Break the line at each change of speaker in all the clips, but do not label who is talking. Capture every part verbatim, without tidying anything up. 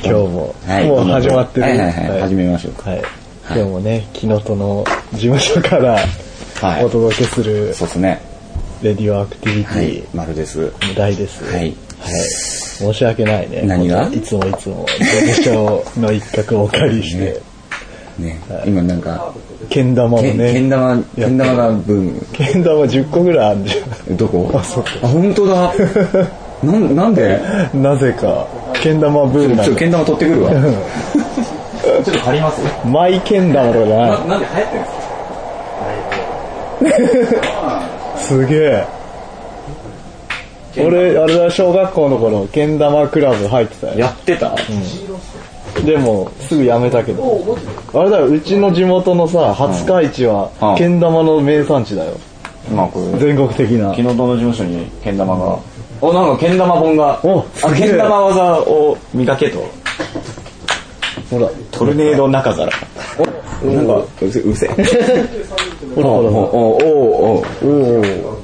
日も、
はい、
もう始まってる。
はいはいはい、はい、始めましょうか。
はい。今日もね、木の戸の事務所からお届けする、はい、そうですね。レディオアクティビティ、はい、
丸です。
大です。はい。はい。申し訳ないね。
何が？
いつもいつも事務所の一角をお借りして。
ね、ね、はい、今なんか
けん玉をね。
けん玉、けん玉がブーム。
けん玉じゅっこぐらいあるんじゃん。
どこ？
あ、そっか。
あ、本当だ。な, なんで？
なぜかけん玉ブームなんだ。
ちょっとけん玉取ってくるわ。ちょっと借ります？
マイけん玉とかじゃない。
な, なんで流行ってるんですか？
すげえ。俺あれだ、小学校の頃けん玉クラブ入ってたよ。
やってた？
うん。でもすぐやめたけど。あれだよ、うちの地元のさ、廿日市はけん玉の名産地だよ。
まあこれ
全国的な。
木の戸の事務所にけん玉が。お、なんかけん玉本が。
お、
あ、けん玉技を磨けと。
ほら、
トルネード中から。お、なんかうせうせ。
ほらほらほら。お
おおおお。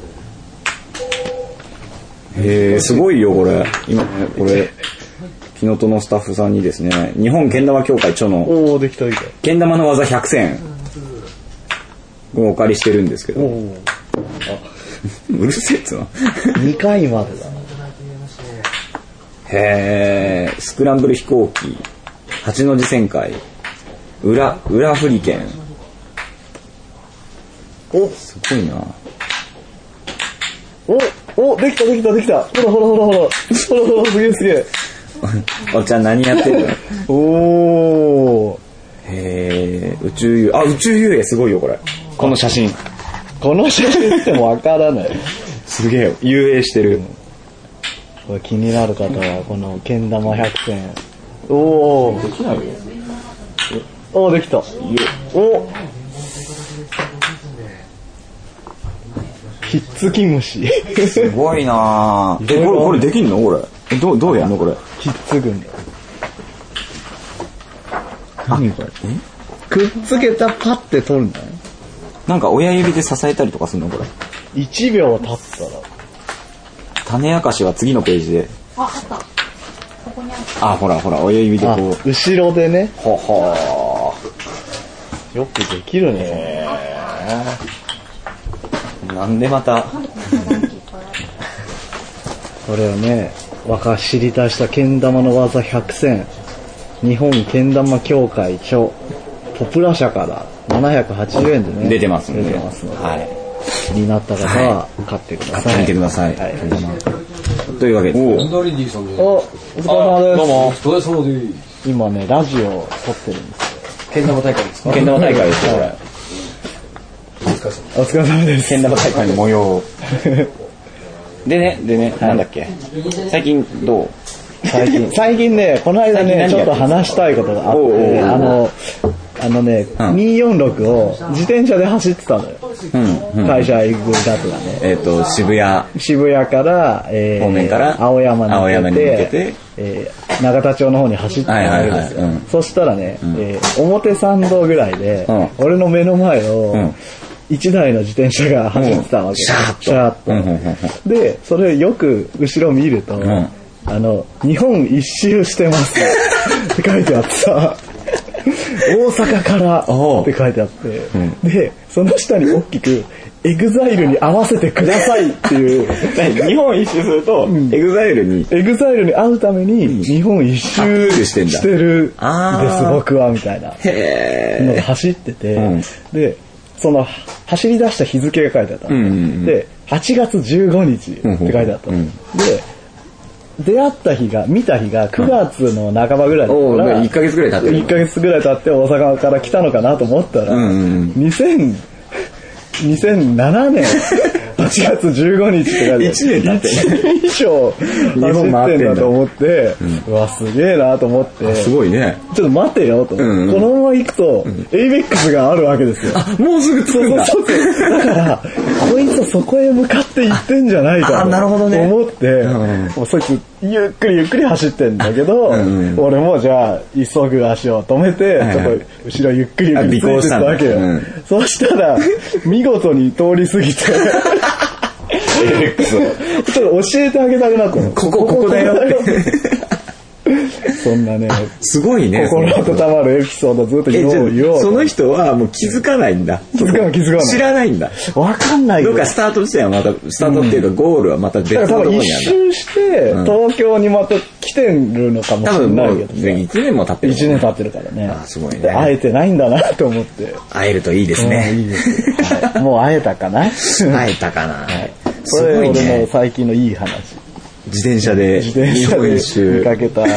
へえ、すごいよこれ。今ねこれ木の戸のスタッフさんにですね、日本けん玉協会著の
おお、できたできた。
けん玉の技ひゃくせんをお借りしてるんですけど。
お
うるせえっつうの。
にかいまでだ。
へえ、スクランブル飛行機、八の字旋回、裏裏フリケン。お、すごいな。
お、お、できたできたできた。ほらほらほらほら。ほらほら、すげえすげえ。
おちゃん何やってるの？
おー。
へえ、宇宙遊、あ、宇宙遊泳すごいよこれ。この写真。
この写真ってもわからない。
すげえ、遊泳してる。
これ気になる方はこのけん玉ひゃくせん。おー。
できないよ。
おー、できた。お、ひっつき虫。
すごいなぁ。え、これ、これできんのこれ。どう、どうやんのこれ。
ひっつくんだ。何これ。くっつけたパッて取るんだね。
なんか親指で支えたりとかするのこれ。
いちびょう経ったら。
種明かしは次のページで。
あ、あった。ここにあった。
あ、ほらほら、親指でこう。
後ろでね。
ほほ
ー。よくできるね。
なんでまた。
これをね、わか知りたいしたけん玉の技ひゃくせん。日本けん玉協会著。ポプラ社からななひゃくはちじゅうえんでね。
出てますので。
出てますので。
はい。
気になった方は買ってください。
買ってみてください。はい。というわけで。
お、お疲れ様です。
どうも。
お疲れ様です。
今ね、ラジオを撮ってるんですよ。
けん玉大会ですか？
けん玉大会ですよ、これ。
お疲れ様です。
けん玉大会の模様。でね、でね、なんだっけ。最近どう？
最近、最近ね、この間ね、ちょっと話したいことがあって、あの、あのね、うん、にーよんろくを自転車で走ってたのよ。うんうん、会社行くだとかね。
えっ、ー、と、渋谷。
渋谷から、えー、
方面から
青山に向けて、
青山に向けて
えー、永田町の方に走ってたわけですよ。はいはいはい、うん、そしたらね、うんえー、表参道ぐらいで、うん、俺の目の前を、うん一台の自転車が走ってたわけ。
シャーッと。
シャーッと。で、それをよく後ろ見ると、うん、あの、日本一周してますって書いてあってさ、大阪からって書いてあって、うん、で、その下に大きく、エグザイルに合わせてくださいっていう。
日本一周すると、うん、エグザイルに。
エグザイルに会うために、日本一周してるんです、僕は、みたいな。のが走ってて、うん、で、その走り出した日付が書いてあった、うんうんうん、ではちがつじゅうごにちって書いてあった、うんうん、で出会った日が見た日がくがつの半ばぐらいだったから、
うん、いっかげつぐらい経ってる
いっかげつぐらい経って大阪から来たのかなと思ったら、うんうん、にせんにせんななねんはちがつじゅうごにちって書いてある
いちねん経って
いちねん以上走ってんだと思って、うん、うわすげえなと思って
すごいね
ちょっと待てよと、うんうん、このまま行くと、うん、エイベックスがあるわけですよ。
あもうすぐ着くんだ。
そうそうそうだからこいつそこへ向かって行ってんじゃないかと思って、うん、もうそいつゆっくりゆっくり走ってんだけど、うんうん、俺もじゃあ急ぐ足を止めて、うん、ちょっと後ろゆっくりゆっくりついてたわけよ、うん、そうしたら見事に通り過ぎてエイベックスちょっと教えてあげたくなったの。
ここここだよって
そんなね、
すごいね。
心温まるエピソードずっと言おう言おう。
その人はもう気づかないんだ。
気づかない気づかない。
知らないんだ。
わかんないよ。
どうかスタート地点はまた、スタートっていうかゴールはまた別のところにある。
一周して、東京にまた来てるのかもしれないけどね。
いちねんも経ってる。
いちねん経ってるからね。
あ、すごいね。
会えてないんだなと思って。
会えるといいですね。
いいですよ。はい、もう会えたかな
会えたかな、はい、
すごいね。これ俺の最近のいい話。
自転車で
自転車で見かけた。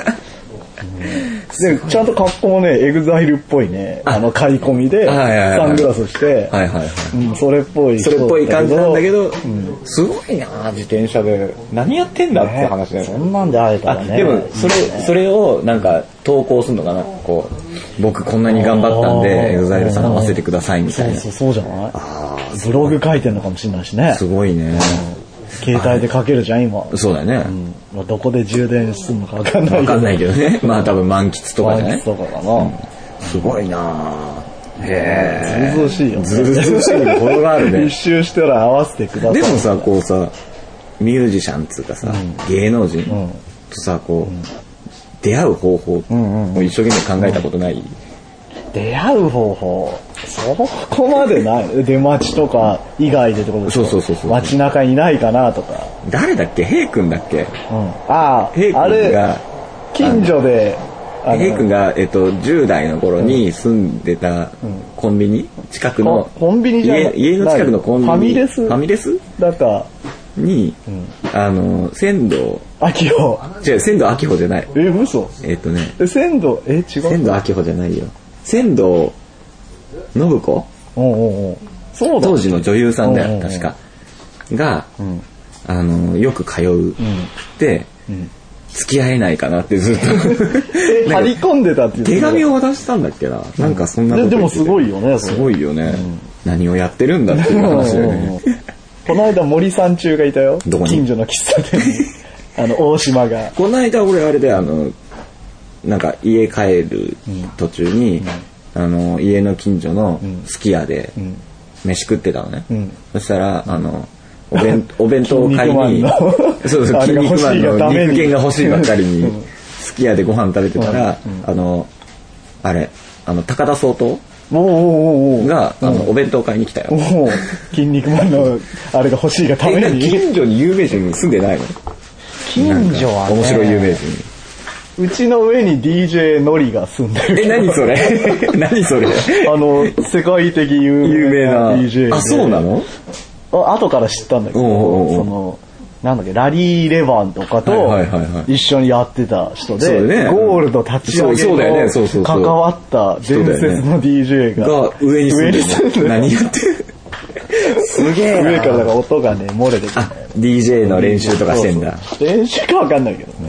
でちゃんと格好もね、エグザイルっぽいね、あの買い込みでサングラスして、
はいはいはい
うん、それっぽい
それっぽい感じなんだけど、うん、すごいな自転車で何やってんだって話だよね。
そんなんで会えたらね。
でもそれそれをなんか投稿するのかな、こう僕こんなに頑張ったんでエグザイルさん合わせてくださいみたいな。
そうそうそうじゃない。あブログ書いてるのかもしれないしね。
すごいね。
携帯で書けるじゃん今。
そうだよね、
うん、どこで充電するのか分かんないけど。
分かんないけどね。まあ多分満喫とかじゃない。
満喫とかかな、うん、
すごいなへ
え。ずうずうしいよね。
ずうずうしいほどがあるね。
一周したら合わせてください。
でもさこうさミュージシャンつうかさ、うん、芸能人とさこう、うん、出会う方法を一生懸命考えたことない？
出会う方法そこまでない。出待ちとか以外でってことでしょ。
そうそうそうそう。
街中いないかなとか。
誰だっけ？ヘイ君だっけ？うん、
ああ、
ヘイ君が
近所で
ヘイ君がえっとじゅう代の頃に住んでたコンビニ近くの
コンビニじゃない
家家の近くのコンビニ
ファミレス
ファミレス
だか
に、うん、あの仙道
秋穂
違う仙道秋穂じゃない。
え嘘？
えっとね
え仙道え違う
仙道秋穂じゃないよ。仙道信子
おうおうおうそうだ
当時の女優さんだよ確かが、うん、あのよく通う、うん、で、うん、付き合えないかなってずっと
張り込んでたっていう
手紙を渡したんだっけな、うん、なんかそんなこと
で, でもすごいよね
すごいよね、うん、何をやってるんだっていう話だよね
この間森三中がいたよ。どこに？近所の喫茶店にあの大島が
この間俺あれであのなんか家帰る途中に、うん、あの家の近所のすき家で飯食ってたのね、うん、そしたらあのお弁お弁当を買いにそうそう筋肉マンの肉片が欲しいばっかりにすき家でご飯食べてたら、うん、あのあれあの高田総統があのお弁当買いに来たよ。
筋肉マンのあれが欲しいがために
近所に有名人住んでないの？
近所はね
面白い有名人
うちの上に ディージェー ノリが住んでる。
え、何それ何それ
あの、世界的有名な ディージェー で。
あ、そうなの？
あ後から知ったんだけど、おうおうおうその、なんだっけ、ラリー・レバンとかと一緒にやってた人で、ね、ゴールド立ち上げの関わった伝説の ディージェー が、
が上に住んでる。住んでる何やってるすげえな。
上からだから音がね、漏れてくる、ね。
あ、ディージェー の練習とかしてんだ。
そうそう練習かわかんないけど。うん。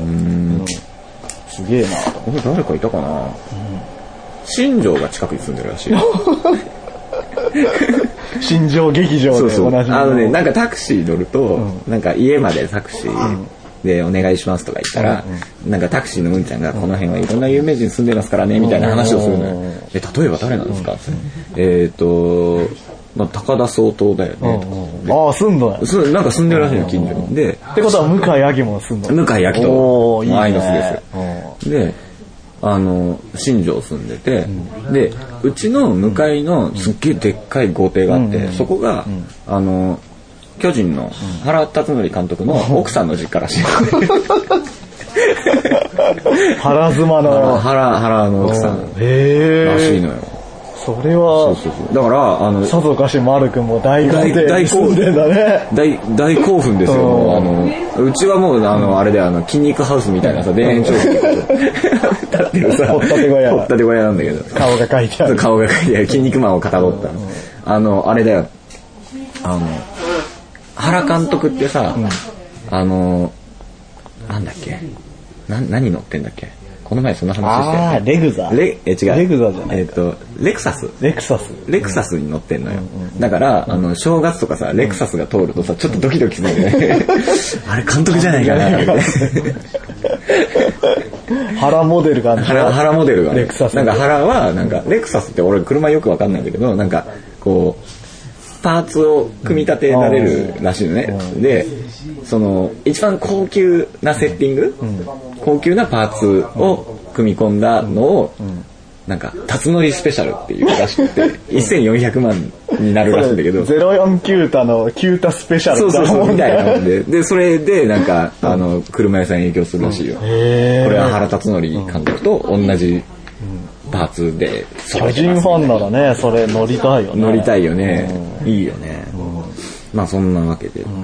すげえな。
俺誰かいたかな、うん、新庄が近くに住んでるらしい。
新庄劇場で同じそうそう。
あのね、なんかタクシー乗ると、うん、なんか家までタクシーでお願いしますとか言ったら、うんうん、なんかタクシーのうんちゃんが、この辺はいろんな有名人住んでますからね、みたいな話をするのよ。え、例えば誰なんですかって。えっと、まあ、高田総統だよね。
ああ、住んだね。
そう、なんか住んでるらしいの、近所に。で、
ってことは向井明も住んだ。
向井明と、アイノスです。で、あの、新庄住んでて、うん、で、うちの向かいのすっげえでっかい豪邸があって、うん、そこが、うん、あの、巨人の原辰徳監督の奥さんの実家らしい。
原妻の。
原、原の奥さんらしいのよ。
それは、
そうそうそう。だから、あの、
さぞかし丸くんも大大大興奮だね。
大、大興奮ですよ。あの、うちはもう、あの、あれで、あの、筋肉ハウスみたいなさ、田園調布立ってるさ、
ほったて小屋。
ほったて小屋なんだけど。
顔が書いてある。
顔が書いてある。筋肉マンをかたどった。あの、あれだよ。あの、原監督ってさ、あの、なんだっけな、何乗ってんだっけこの前そんな話したよね。
ああ、レグザ
レ、え、違う。
レグザじゃない。
えっと、レクサス。
レクサス。
レクサスに乗ってんのよ。だから、あの、正月とかさ、レクサスが通るとさ、ちょっとドキドキするよね。あれ、監督じゃないかな、みたいな。
原モデルがある
原、原モデルがね。
レクサス。
なんか原は、なんか、レクサスって俺車よくわかんないんだけど、なんか、こう、 パーツを組み立てられるらしいのね。で、その一番高級なセッティング、うん、高級なパーツを組み込んだのを、うん、なんか辰則スペシャルっていうらしくてせんよんひゃくまんになるらしいんだけど、
ゼロよんキュータのキュータスペシャル
そうそうそうみたいなもんで、でそれでなんかあの車屋さんに影響するらしいよ。うん、これは原辰徳監督と同じパーツで、
巨人ファンならね、それ乗りたいよね。
乗りたいよね。うん、いいよね。うん、まあそんなわけで、うん、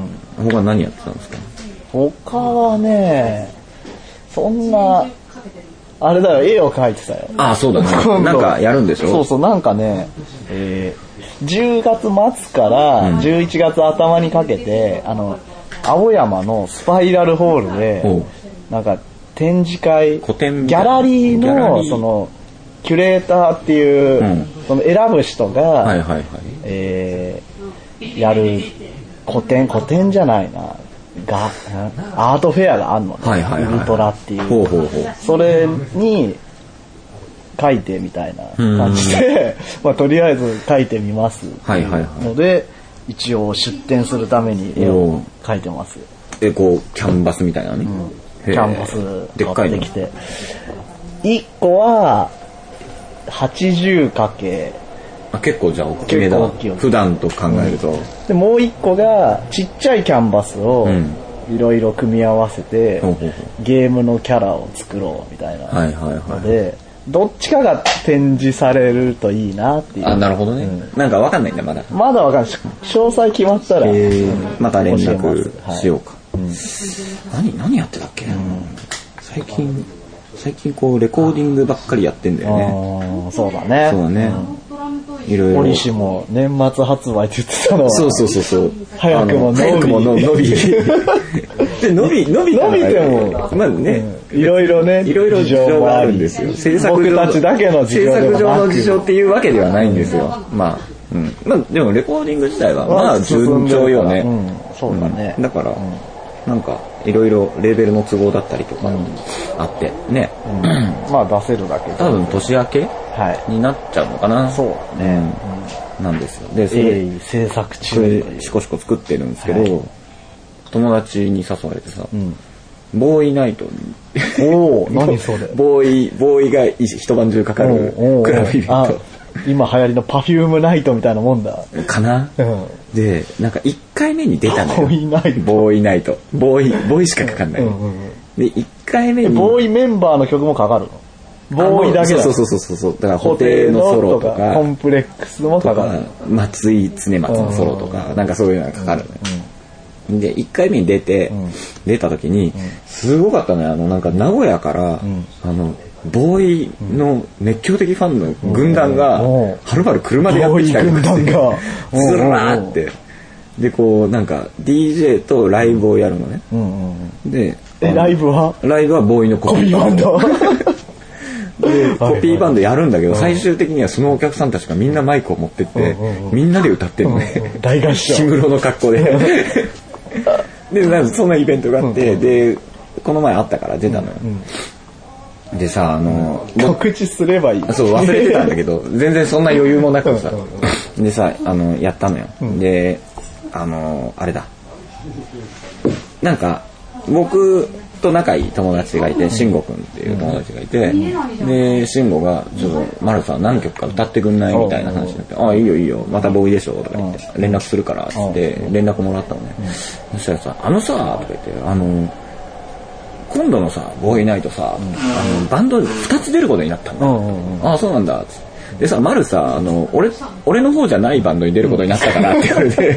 他何やってたんですか？
他はね、そんなあれだよ、絵を描いてたよ。
ああ、そうだね。なんかやるんでしょ？
そうそう、なんかね、えー、じゅうがつまつからじゅういちがつ頭にかけて、うん、あの青山のスパイラルホールでなんか展示会、
古典
ギャラリーのそのキュレーターっていう、うん、その選ぶ人が、はいはいはい、えー、やる古典古典じゃないな。がアートフェアがあるのね、はいはいはい、ウルトラっていう、ほうほうほう、それに書いてみたいな感じで、まあ、とりあえず書いてみますっていうので、はいはいはい、一応出展するために絵を描いてます。
え、こうキャンバスみたいなね、うん、
キャンバス買ってきて、いっこははちじゅうかけ
あ、結構じゃあ大きめだ。普段と考えると、うん、で
もう一個がちっちゃいキャンバスをいろいろ組み合わせて、うん、ゲームのキャラを作ろうみたいなので、はいはいはい、どっちかが展示されるといいなっていう。
あ、なるほどね、うん、なんかわかんないんだまだ
まだわかんない。詳細決まったら、え
ー、また連絡しようか、はい、うん、何何やってたっけな、うん、最近最近こうレコーディングばっかりやってんだよね。
あ、そうだね。
そうだね、うん、いろいろ。
折しも年末発売って言ってたのは、
そうそうそうそう。
早くも伸び。
早くも伸び。で伸び伸び
伸びても
まあね、
うん、いろいろね、
いろいろ事情があるんですよ。制作
僕たちだけの事情ではなく、
制作上の事情っていうわけではないんですよ。うん、まあ、うん、まあでもレコーディング自体はまあ順調よね。
うん、そうだね。
うん、だから、うん、なんかいろいろレーベルの都合だったりとかあってね、
うん、まあ出せるだけ
多分年明けになっちゃうのかな、
はい、そうね、
うん、なんですよ。でそれ、
えー、制作中
でシコシコ作ってるんですけど、はい、友達に誘われてさ、うん、ボーイナイトに
おー何それ
ボーイボーイが一晩中かかるクラブイベント、
今流行りのパフュームナイトみたいなもんだ
かな、うん、でなんかいっかいめに出たのよ。
ボーイナイト
ボーイナイトボーイボーイしかかかんない、うんうんうん、でいっかいめに
ボーイメンバーの曲もかかるの？ボーイだけだ。
そうそうそうそうそう。だから布袋のソロとか
コンプレックスもかかる、
松井常松のソロとか、うん、なんかそういうのがかかるのよ、うんうん、でいっかいめに出て、うん、出た時にすごかったね。あのなんか名古屋から、うん、あのボーイの熱狂的ファンの軍団がはるばる車でやってきたりとかしてずらーってでこうなんか ディージェー とライブをやるのね、うんうん、で
えライブは
ライブはボーイのコピーバンドでコピーバンドやるんだけど、最終的にはそのお客さんたちがみんなマイクを持ってって、うんうん、みんなで歌ってるのね、
うんうん、大合唱
氷室の格好ででなんかそんなイベントがあって、うんうん、でこの前あったから出たのよ、うんうん、でさあの
告知すればいい。
そう忘れてたんだけど全然そんな余裕もなくさでさあのやったのよ、うん、であのあれだなんか僕と仲いい友達がいて慎吾くんっていう友達がいて、うん、で慎吾がちょっと丸さん何曲か歌ってくんないみたいな話になって、ああいいよいいよまたボーイでしょとか言って連絡するからっつって連絡もらったのね、うん、そしたらさあのさとか言ってあの今度のさボーイナイトさ、うん、あのバンドふたつ出ることになったんだ、うんうんうん、ああそうなんだっつってでさ、マルさ、あの、俺、俺の方じゃないバンドに出ることになったからって言われて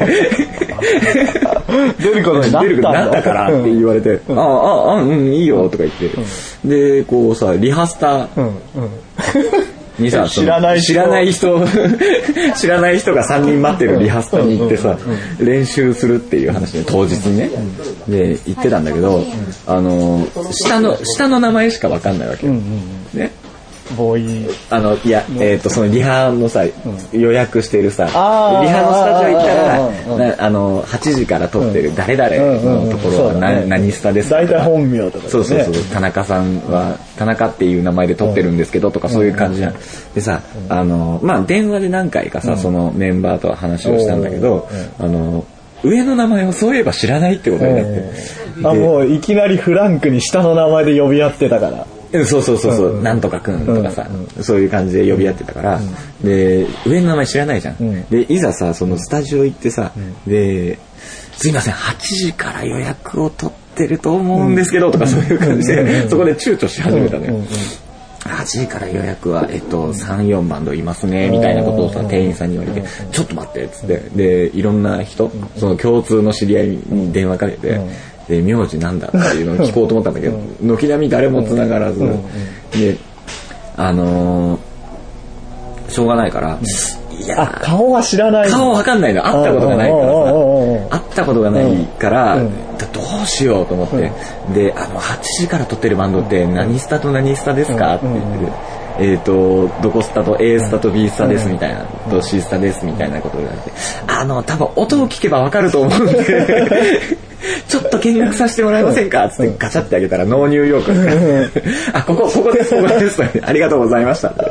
出ることになった
出ることになったからって言われて、うん、ああ、ああ、うん、いいよとか言って、うん、で、こうさ、リハスタにさ、
知らない人、
知らない人、知らない人がさんにん待ってるリハスタに行ってさ、練習するっていう話で、当日にね、で、行ってたんだけど、あの、下の、下の名前しかわかんないわけよ。ね。
ボーイ
あのいやえっ、ー、とそのリハのさ、うん、予約してるさリハのスタジオ行ったら、うん、あのはちじから撮ってる誰々のところは何、うんうん、何スタですか
大体本名とか、ね、
そうそうそう田中さんは田中っていう名前で撮ってるんですけどとかそういう感じじゃんでさあのまあ電話で何回かさそのメンバーとは話をしたんだけどあの上の名前をそういえば知らないってことになって
あもういきなりフランクに下の名前で呼び合ってたから
そうそうそうそう、うん、なんとかくんとかさ、うん、そういう感じで呼び合ってたから、うん、で上の名前知らないじゃん、うん、でいざさそのスタジオ行ってさ、うん、ですいませんはちじから予約を取ってると思うんですけど、うん、とかそういう感じで、うん、そこで躊躇し始めたのよ、うんうん、はちじから予約は、えっと、さん、よんばんでいますねみたいなことをさ店員さんに言われてちょっと待ってっつってでいろんな人その共通の知り合いに電話かけてで名字なんだっていうのを聞こうと思ったんだけど軒並み誰も繋がらずであのー、しょうがないからいや
顔は知らない
顔わかんないの会ったことがないからさ会ったことがないからどうしようと思ってであのはちじから撮ってるバンドって何スタと何スタですかって言ってるえーとどこスタと A スタと B スタですみたいなと C スタですみたいなことを言われてあの多分音を聞けばわかると思うんでちょっと見学させてもらえませんかつってガチャってあげたらノーニューヨークあここここですここですありがとうございましたそ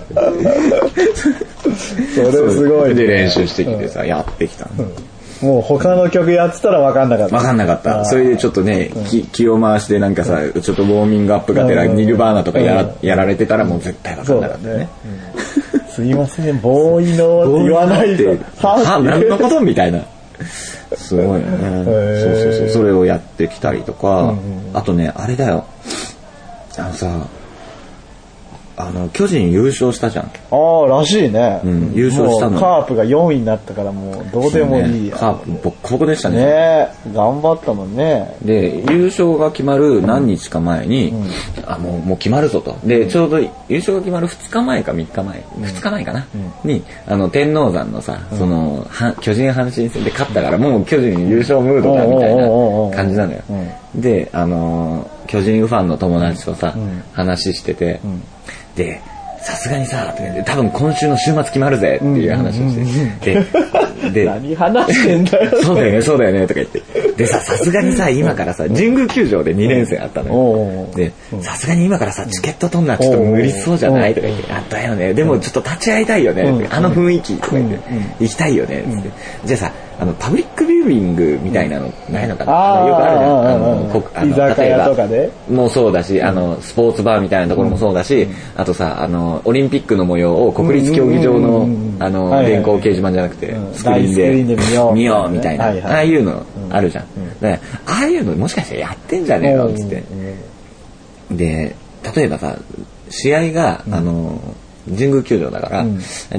れすごい
で練習してきてさやってきた
もう他の曲やってたら分かんなかった
分かんなかったそれでちょっとね、うん、気, 気を回してなんかさちょっとウォーミングアップがてらニルバーナとか や, ら、うん、やられてたらもう絶対分かんなかったね、
うん、すいませんボーイのって言わないで
は何のことみたいなすごいよねそうそうそうそれをやってきたりとか、うんうん、あとねあれだよあのさあの巨人優勝したじゃん
ああらしいね、
うん、優勝したの
カープがよんいになったからもうどうでもいいや、
ね、カープボッコボコでしたね
ね頑張ったもんね
で優勝が決まる何日か前に、うん、あもうもう決まるぞとでちょうど優勝が決まるふつかまえかみっかまえ、うん、ふつかまえかな、うん、にあの天王山のさ、うん、その巨人阪神戦で勝ったからもう巨人優勝ムードだみたいな感じなのよ、うん、であのー、巨人ファンの友達とさ、うん、話してて、うんでさすがにさ多分今週の週末決まるぜっていう話をして、うん、でで
何話してんだよ
そうだよねそうだよねとか言ってでささすがにさ今からさ神宮球場でにねん戦あったのよでさすがに今からさチケット取んのはちょっと無理そうじゃないとか言ってあったよねでもちょっと立ち会いたいよねあの雰囲気とか言って行きたいよねってじゃあさあのパブリックビューイングみたいなのないのかな、うん、あのよくあるじゃんあのあの
居酒屋とかで
もうそうだしあのスポーツバーみたいなところもそうだし、うん、あとさあのオリンピックの模様を国立競技場のあの電光掲示板じゃなくて、うん、スクリーンで見よう見ようみたいな、はいはい、ああいうのあるじゃん、うん、だからああいうのもしかしてやってんじゃねえのっつって、うん、で例えばさ試合が、うん、あの神宮球場だから、うん、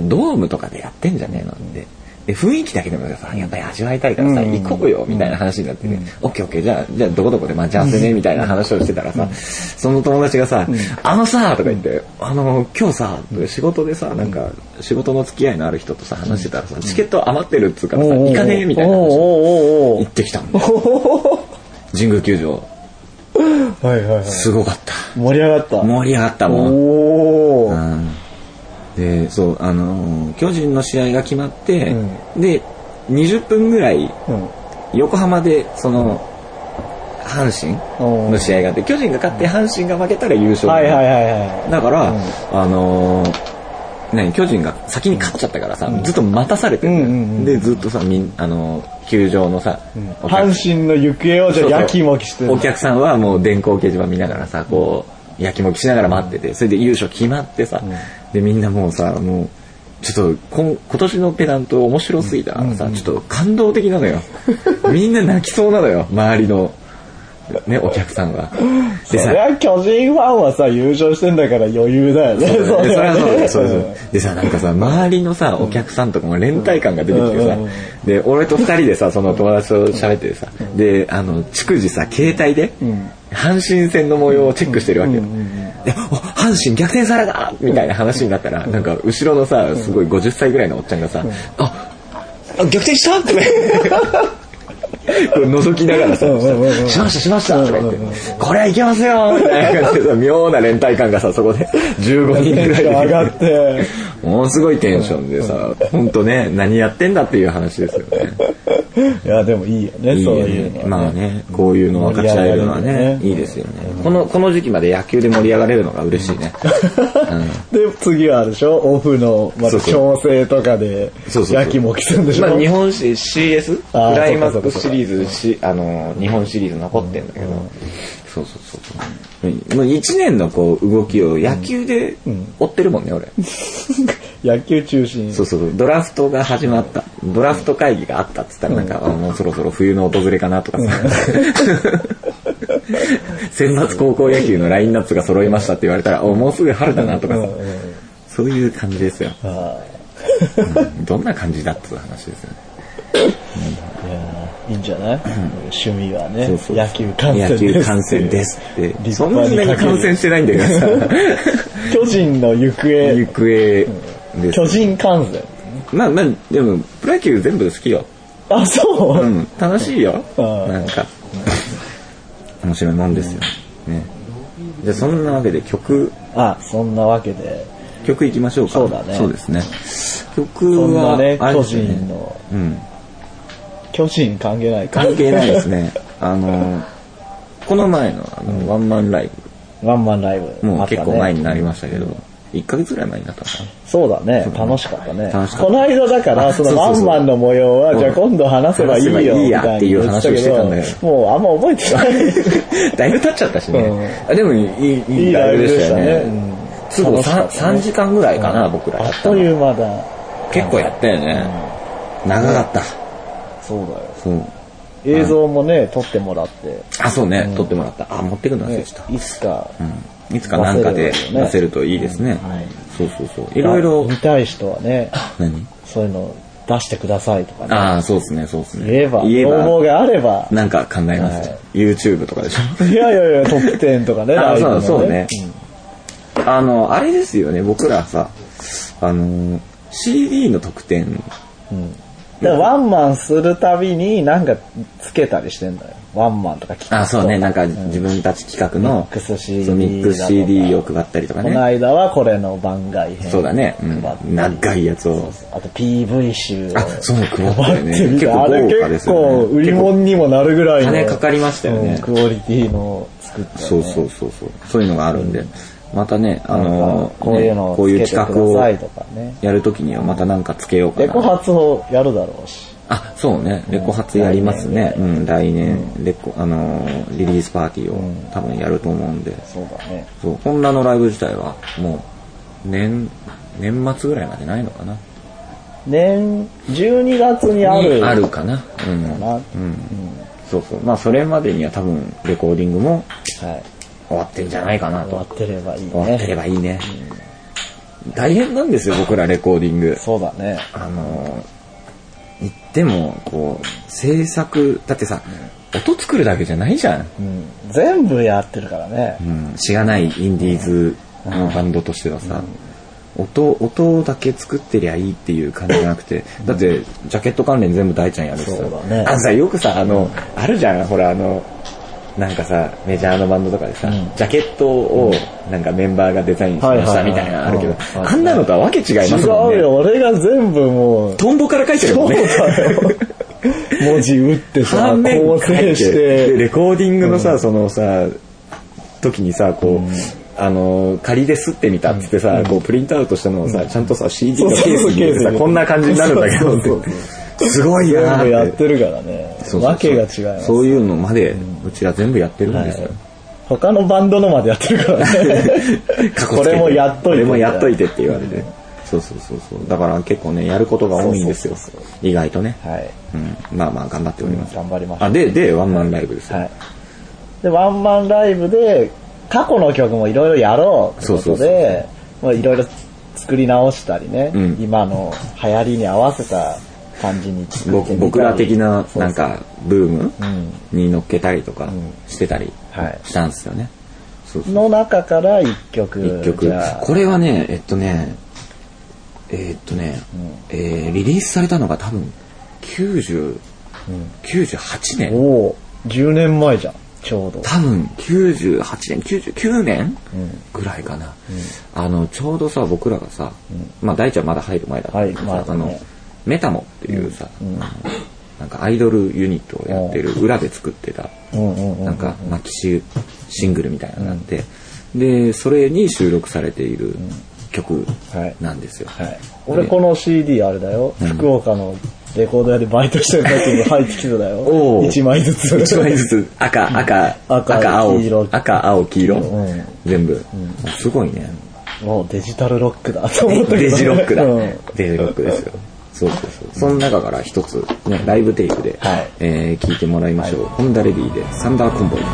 ドームとかでやってんじゃねえのってで雰囲気だけでもさやっぱり味わいたいからさ、うん、行こうよみたいな話になってね、うん、オッケーオッケーじゃあじゃあどこどこで待ち合わせねみたいな話をしてたらさ、うん、その友達がさ、うん、あのさとか言ってあの今日さ仕事でさなんか仕事の付き合いのある人とさ話してたらさチケット余ってるっつうからさ行かねえみたいな話行ってきたんだ神宮球場
はいはいはい
すごかった
盛り上がった
盛り上がったもんおー、うんでそうあのー、巨人の試合が決まって、うん、でにじゅっぷんぐらい、うん、横浜でその阪神の試合があって巨人が勝って阪神が負けたら優勝だ、はいはいはいはい、だから、うん、あのー、何巨人が先に勝っちゃったからさ、うん、ずっと待たされてる、うんうんうん、でずっとさみんあのー、球場のさ、
うん、阪神の行方をじゃあやきもきしてる
お客さんはもう電光掲示板見ながらさこうやきもきしながら待っててそれで優勝決まってさ、うんでみんなもうさもうちょっと今年のペナント面白すぎたからさ、うんうん、ちょっと感動的なのよみんな泣きそうなのよ周りの、ね、お客さんは
でさそりゃ巨人ファンはさ優勝してんだから余裕だよね
それはそうだよそうそうでさなんかさ周りのさお客さんとかも連帯感が出てきてさ、うんうん、で俺と二人でさその友達と喋っててさ、うん、であの逐次さ携帯で、うん阪神戦の模様をチェックしてるわけよ、うんうんうん、で阪神逆転されたみたいな話になったら、うん、なんか後ろのさすごいごじゅっさいぐらいのおっちゃんがさ、うん、あ逆転したってこれ覗きながらさ、しましたしましたとか言って、これはいけますよみたいな感じでさ、妙な連帯感がさ、そこでじゅうごにんぐらいで
上がって、
ものすごいテンションでさ、ほんとね、何やってんだっていう話ですよね。
いや、でもいいよね、いいよね、そういうのは、ね。
まあね、こういうの分かち合えるのはね、いいですよね。この、この時期まで野球で盛り上がれるのが嬉しいね。
うん、で、次はあるでしょ、オフの、また調整とかで、やきもきするんでしょ。
まあ日本シ シーエス クライマックスシリーズし、あの、日本シリーズ残ってんだけど、うん、そうそうそうそう。もう一年のこう動きを野球で追ってるもんね、俺。
野球中心。
そうそう、ドラフトが始まった。ドラフト会議があったっつったらなんか、うん、もうそろそろ冬の訪れかなとかさ。選抜高校野球のラインナップが揃いましたって言われたら、おもうすぐ春だなとかさ。そういう感じですよ。うん、どんな感じだっていう話ですよね。
いやいいんじゃない、うん、趣味はね、そうそうそう、野球観戦です。
野球観戦ですって。そんなに観戦してないんだけどさ。
巨人の行方。
行方です、
ね。巨人観戦。
まあまあ、でも、プロ野球全部好きよ。
あ、そう、
うん、楽しいよ。なんか、面白いもんですよ。ね。じゃあそんなわけで曲。
あ、そんなわけで。
曲いきましょうか。
そうだね。
そうですね。曲は、
ね、巨人の、うん、巨人関係ないか。
関係ないですね。あのこの前のあの、うん、ワンマンライ
ブ。ワンマンライブ。
もう結構前になりましたけど、いっかげつぐらい前になったのかな。
そうだね。楽しかったね。楽しかった。この間だからそのワンマンの模様はじゃあ今度話せばいいよみたいな
っていう話をしてたんだけ
ど、もうあんま覚えてない。
だいぶ経っちゃったしね。うん、でもいいいいライブでしたよね。すぐさんじかんぐらいかな、うん、僕ら。
あっという間だ。
結構やったよね。うん、長かった。
そうだよ。そう。映像もね、撮ってもらって。
あ、そうね、うん、撮ってもらった。あ、持ってくの忘れてた。
いつか、
うん、いつかなんかで出せるといいですね。はい。そうそうそう。いろいろ。
見たい人はね、
何？
そういうの出してくださいとかね。
ああ、そうですね、そうですね。
言えば、
言えば
応募があれば。
なんか考えます。はい、YouTube とかでしょ。
いやいやいや、トップテンとかね。
あ、そうそうね。うん、あの、あれですよね、僕らさ、あの、シーディー の特典。
うん。だからワンマンするたびになんかつけたりしてんだよ。ワンマンとか
企画とか。あ、そうね。なんか自分たち企画の、うん、ミックス シーディー。ミックス シーディー を配ったりとかね。
この間はこれの番外編。
そうだね。うん、長いやつを。そうそう、
あと ピーブイ 集を。
あ、そう配ってね。
結構豪華ですよね。あれ結構売り物にもなるぐらいの。
金かかりましたよね。
うん、クオリティの作った、ね。
そうそうそうそう。そういうのがあるんで。うん、またね、あのー、
こういうのをつけてくださいとかね。
やるときにはまたなんかつけようかな。
レコ発をやるだろうし。
あ、そうね。レコ発やりますね。うん、来年、レコ、あのー、リリースパーティーを多分やると思うんで。
そうだね。
そう、ホンダのライブ自体はもう、年、年末ぐらいまでないのかな。
年、じゅうにがつにある。
あるかな。うん。かな。うん。そうそう。まあ、それまでには多分、レコーディングも、はい。終わってんじゃないかなと。
終わってればいいね。
終わってればいいね。うん、大変なんですよ、僕らレコーディング。
そうだね。
あのー、言っても、こう、制作、だってさ、うん、音作るだけじゃないじゃん。
うん、全部やってるからね。
うん。しがないインディーズのバンドとしてはさ、うん、音、音だけ作ってりゃいいっていう感じじゃなくて、だって、ジャケット関連全部大ちゃんやるしさ。
そうだね。
あのさ、よくさ、あの、あるじゃん、ほら、あの、なんかさ、メジャーのバンドとかでさ、うん、ジャケットをなんかメンバーがデザインしましたみたいなのあるけど、あんなのとはわけ違いますもんね。
違うよ、俺が全部もう。
トンボから書いてるもんね。
そうだよ。文字打ってさ、構成して。
レコーディングのさ、うん、そのさ、時にさ、こう、うん、あの、仮で吸ってみたっつってさ、うん、こうプリントアウトしたのをさ、ちゃんとさ、シーディー のケースに入れてさ、こんな感じになるんだけど、そうそうそうすごいな
ーって。全部やってるからね。そうそうそう、わけが違います。
そういうのまで、うちら全部やってるんですよ。はい、
他のバンドのまでやってるからね。これもやっといて。これ
もやっといてって言われて。そうそうそうそう。だから結構ね、やることが多いんですよ。そうそうそうそう、意外とね。はい。うん。まあまあ頑張っております。
うん、頑張りましょう。
あ、で、で、ワンマンライブですよ。はい。
で、ワンマンライブで、過去の曲もいろいろやろうってことで、いろいろ作り直したりね、うん、今の流行りに合わせた感じに作ってみたり、
僕ら的ななんかブームに乗っけたりとかしてたりしたんですよね。
そうそう、の中から一曲。
一曲。これはね、えっとね、えー、っとね、うん、えー、リリースされたのが多分きゅうじゅうきゅうじゅうはちねん。
おお、じゅうねんまえじゃん。ちょうど。
多分きゅうじゅうはちねん、きゅうじゅうきゅうねんぐらいかな。うん、あのちょうどさ僕らがさ、うん、まあ大ちゃんまだ入る前だったけどさ、はい、まあのメタモっていうさ、うん、あのなんかアイドルユニットをやってる裏で作ってたなんかマキシシングルみたいなのがあって、うん、でそれに収録されている曲なんですよ。
はいはい、俺この シーディー あれだよ、うん、福岡のレコード屋でバイトしてる時に入ってきてたよ。いちまいずつ。
いちまいずつ。赤、赤、赤、赤青、赤、青、黄色。うん、全部、うん。すごいね。
もうデジタルロックだと思ったけど、ね。
デジロックだ。うん、デジロックですよ。そうそうそう。その中から一つ、ね、ライブテイクで、はい、えー、聞いてもらいましょう。はい、ホンダレディでサンダーコンボイ。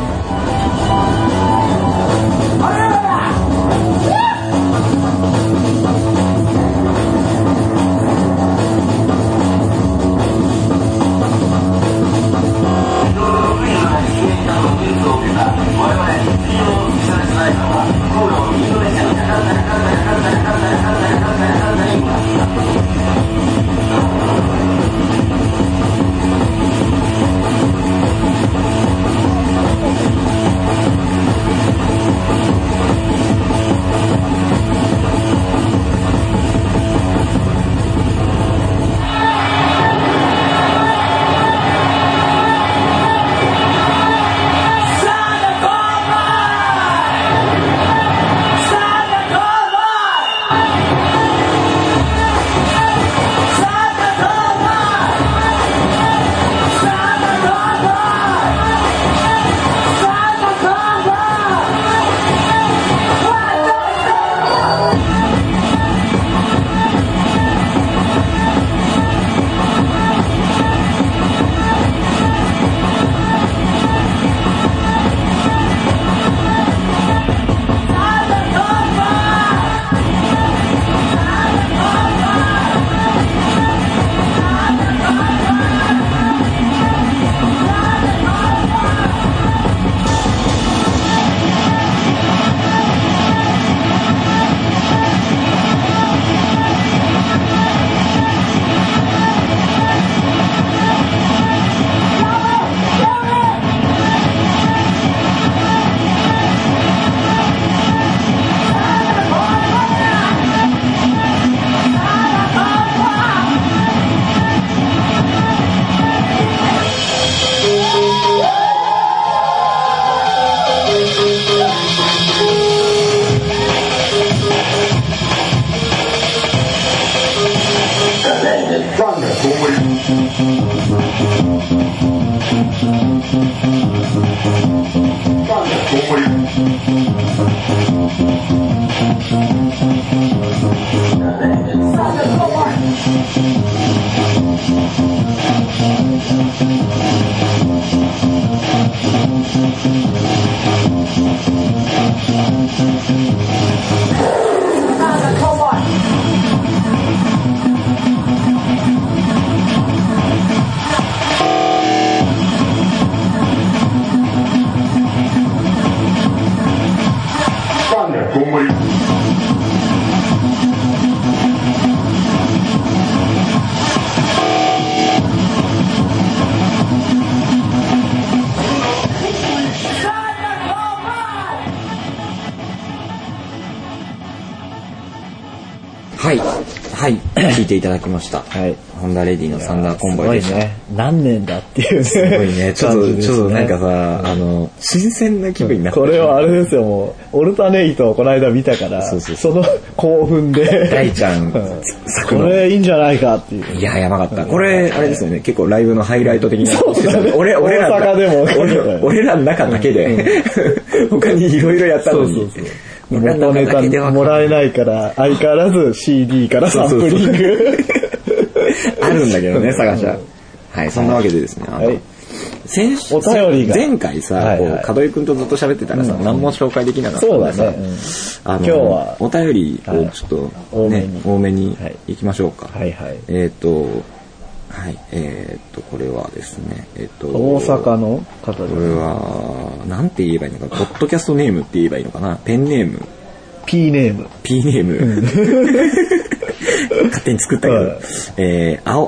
はいはい聞いていただきました。はい。ホンダレディのサンダーコンボイでした。
すごいね。何年だっていうね。
すごいね。ちょっと、ね、ちょっとなんかさ、あの新鮮な気分になって、
これはあれですよ、もうオルタネイトをこの間見たから、そうそうそう、その興奮で
大ちゃん、うん、
これいいんじゃないかっていう。
いややばかった。これあれですよね。結構ライブのハイライト的な。
そうだね。
俺俺ら
大阪でも
俺俺らの中だけで、うん、他にいろいろやったのに。そうそうそう、
元ネタもらえないから相変わらず シーディー からサンプリング
あるんだけどね、探しは。はい、そんなわけでですね、あの、はい、先週お便りが前回さ、はいはい、こう門井くんとずっと喋ってたらさ、うん、何も紹介できなかったからさ、そうだね、うん、あの今日はお便りをちょっと、ね、はい、多めに行きましょうか。はいはい、えっ、ー、とはい、えっ、ー、とこれはですね、えっ、ー、と
大阪の方で、
これはなんて言えばいいのか、ポッドキャストネームって言えばいいのかな、ペンネーム、
P ネーム、
P ネーム、うん、勝手に作ったけど、はい、えー、青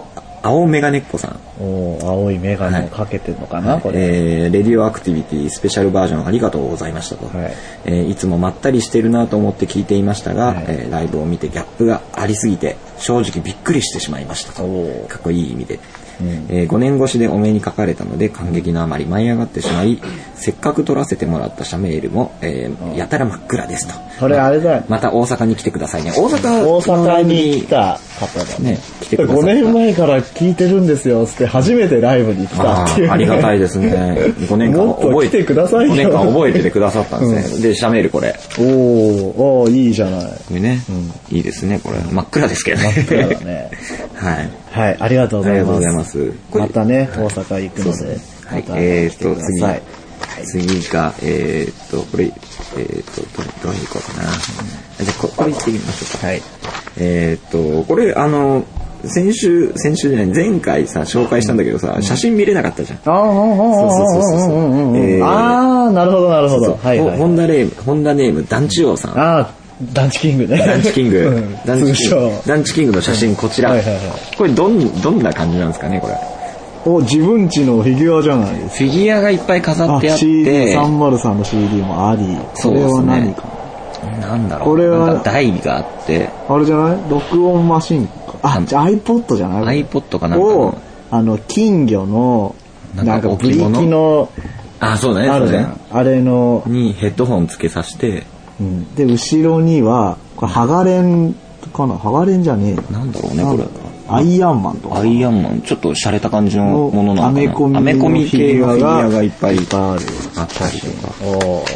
青メガネっ子さん。
お青いメガネをかけてるのかな、はい、これ。
えー、レディオアクティビティスペシャルバージョンありがとうございましたと。はい、えー、いつもまったりしてるなと思って聞いていましたが、はい、えー、ライブを見てギャップがありすぎて正直びっくりしてしまいましたと。かっこいい意味で。うん、えー、ごねん越しでお目にかかれたので感激のあまり舞い上がってしまい、せっかく撮らせてもらった写メールも、えー、やたら真っ暗ですと。
それあれだよ、
また大阪に来てくださいね。大阪
大阪に来た方だね。来てください。ごねんまえから聞いてるんですよつって初めてライブに来たっていう、ね、
あ, ありがたいですね。ごねんかん覚えて
てくださいよ。
ごねんかん覚えててくださったんですね。うん、で写メールこれ。
おーおーいいじゃない。こ
れね、うん、いいですねこれ。真っ暗ですけどね。
真っ暗だね。
はい
はい、ありがとうございます。
ありがとうございます。
またね、大阪行くので、
はい、えー、っと次、はい、次がえー、っとこれえー、っとどどれ行こうかな。うん、じゃあここれ行ってみましょうか。はい。えー、っとこれあの先週先週じゃない前回さ紹介したんだけどさ、うん、写真見れなかったじゃん。ああ、そうそうそうそう。
えー、ああ、なるほどなるほど。そうそう、はいはい。
ホンダネームホンダネーム団地王さん。
ああ。団地キングね。
団地キング。うん、団地キング。団地キングの写真こちら。はいはいはい、これどんどんな感じなんですかねこれ。
お自分家のフィギュアじゃないですか。
フィギュアがいっぱい飾ってあって。シーディー
さんまるさん の シーディー もあり。
そうですね。
これは何か
な。なんだろう。これはなんか台があって。
あれじゃない？録音マシンか。あ、じゃあ iPod じゃない？
iPod かなんか
をあの金魚のなんかブリキの
あそうだね。
あるじゃん。あれの
にヘッドホンつけさせて。
うん、で後ろにはこれハガレンかなハガレンじゃねえ
なんだろうねこれ
アイアンマンとか
アイアンマンちょっと洒落た感じのものなのかな。アメコミ
のフィギュアがいっぱいある
あったりとか。はい、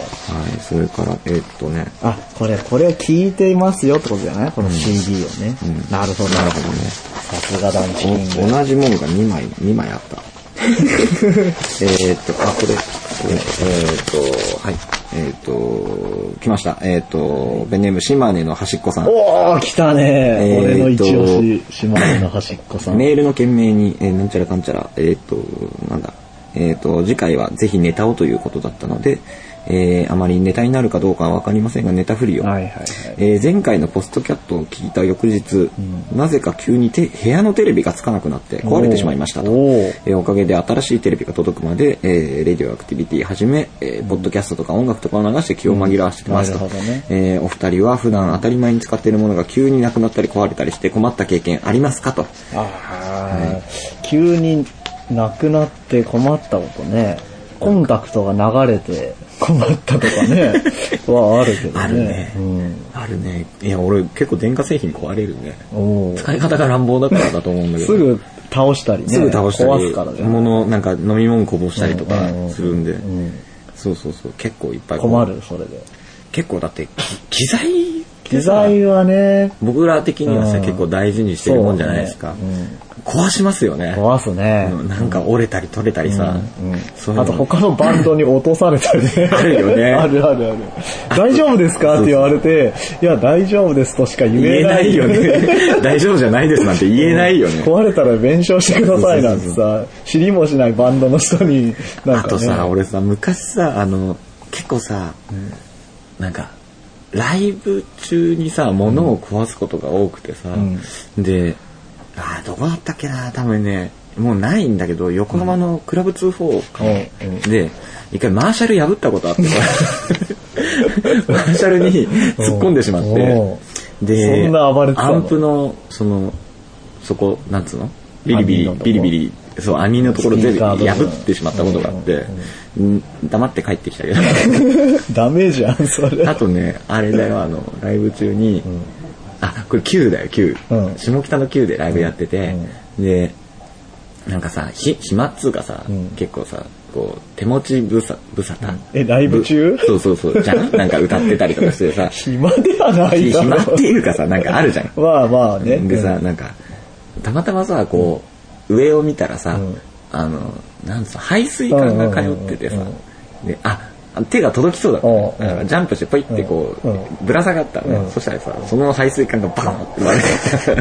それからえー、っとね
あこれこれを聞いていますよってことじゃないこの シーディー をね、うんうん、なるほどなるほどね。さすが団地キング。
同じものがにまいにまいあったえーっとあこれこれえー、っとはいえー、っと来ましたえー、っとペンネーム島根の端っこさん。
おー来たね、えー、俺の一押し島根の端っこさん。
メールの件名に、えー、なんちゃらかんちゃらえー、っとなんだえー、っと次回はぜひネタをということだったので、えー、あまりネタになるかどうかは分かりませんがネタ振りを、はいはいはいえー、前回のポストキャットを聞いた翌日、うん、なぜか急にて部屋のテレビがつかなくなって壊れてしまいましたと。 お, えー、おかげで新しいテレビが届くまで、えー、レディオアクティビティはじめ、えー、ポッドキャストとか音楽とかを流して気を紛らわせてますと、うんねえー、お二人は普段当たり前に使っているものが急になくなったり壊れたりして困った経験ありますかと。あ、
はい、急になくなって困ったことね。コンタクトが流れて困ったとかねはあるけどね。
あるね、うん、あるね。いや俺結構電化製品壊れるね。お使い方が乱暴だからだと思うんだけど
すぐ倒したりね
すぐ倒したり
壊すからね
物なんか飲み物こぼしたりとかするんで、うんうんうん、そうそうそう結構いっぱい
困る。それで
結構だって機材
機材はね
僕ら的にはさ、うん、結構大事にしてるもんじゃないですか、ねうん、壊しますよね。
壊すね、
うん、なんか折れたり取れたりさ、
うんうん、そういうのあと他のバンドに落とされたりね
あるよね
あるあるある大丈夫ですかって言われていや大丈夫ですとしか言えないよね
大丈夫じゃないですなんて言えないよね、
壊れたら弁償してくださいなんてさ知りもしないバンドの人になんか、ね、
あとさ俺さ昔さあの結構さ、うん、なんかライブ中にさ物を壊すことが多くてさ、うん、であどこだったっけな多分ねもうないんだけど横浜のクラブにじゅうよんか、うん、で一回マーシャル破ったことあってさマーシャルに突っ込んでしまってで
そんな暴れてたの
アンプのそのそこなんつうのビリビリビリビリそう網のところ全部破ってしまったことがあって、うん、黙って帰ってきたけど
ダメじゃんそれ。
あとねあれだよあのライブ中に、うん、あこれ Q だよ Q、うん、下北の Q でライブやってて、うん、でなんかさひ暇っつうかさ、うん、結構さこう手持ちぶさぶさた、うん、
えライブ中
そうそうそうじゃんなんか歌ってたりとかしてさ
暇ではない
だろ暇っていうかさなんかあるじゃん
まあまあね
でさ、うん、なんかたまたまさこう上を見たらさ、うん、あのなんつうの排水管が通っててさ、うんうんうんうん、であ手が届きそうだった、ね、だからジャンプしてポイってこう、うん、ぶら下がったのね、うん、そしたらさその排水管がバーンって割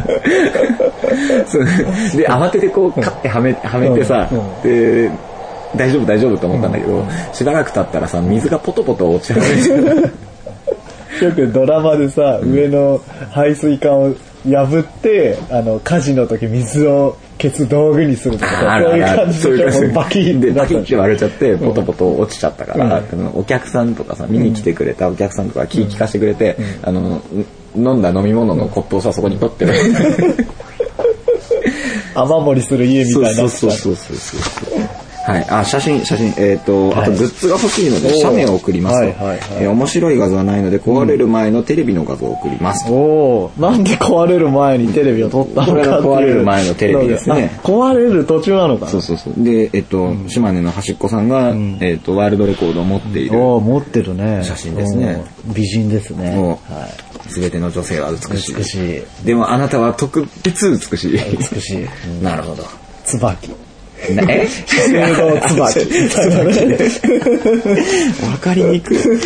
れてで慌ててこうカッてはめはめてさ、うんうん、で大丈夫大丈夫と思ったんだけど、うん、しばらく経ったらさ水がポトポト落ち始めて
よくドラマでさ、うん、上の排水管を破ってあの火事の時水をケツ道具にするとか、そういう感じでバキ
ンでバキンって割れちゃってポトポト落ちちゃったから、うん、お客さんとかさ見に来てくれたお客さんとか気利かしてくれて、うん、あの飲んだ飲み物のコップをさそこに取ってる
雨漏りする家みたいな。
そうそうそうそうそうはい、あ写真写真えっ、ー、と、はい、あとグッズが欲しいので写メを送りますと、はいはいはい、えー、面白い画像はないので壊れる前のテレビの画像を送りますと、うん、
おー、なんで壊れる前にテレビを撮ったのかっていう。これが
壊れる前のテレビですね。
壊れる途中なのかな。
そうそうそう。でえっ、ー、と、うん、島根の端っこさんが、うん、えっ、ー、とワールドレコードを持っている、
おー、持ってるね、
写真ですね。
美人ですね。
はい。すべての女性は美しい。
美しい。
でもあなたは特別美しい。
美しい。
うん、なるほど。
椿。
え？
資生堂椿。
わかりにくい。なん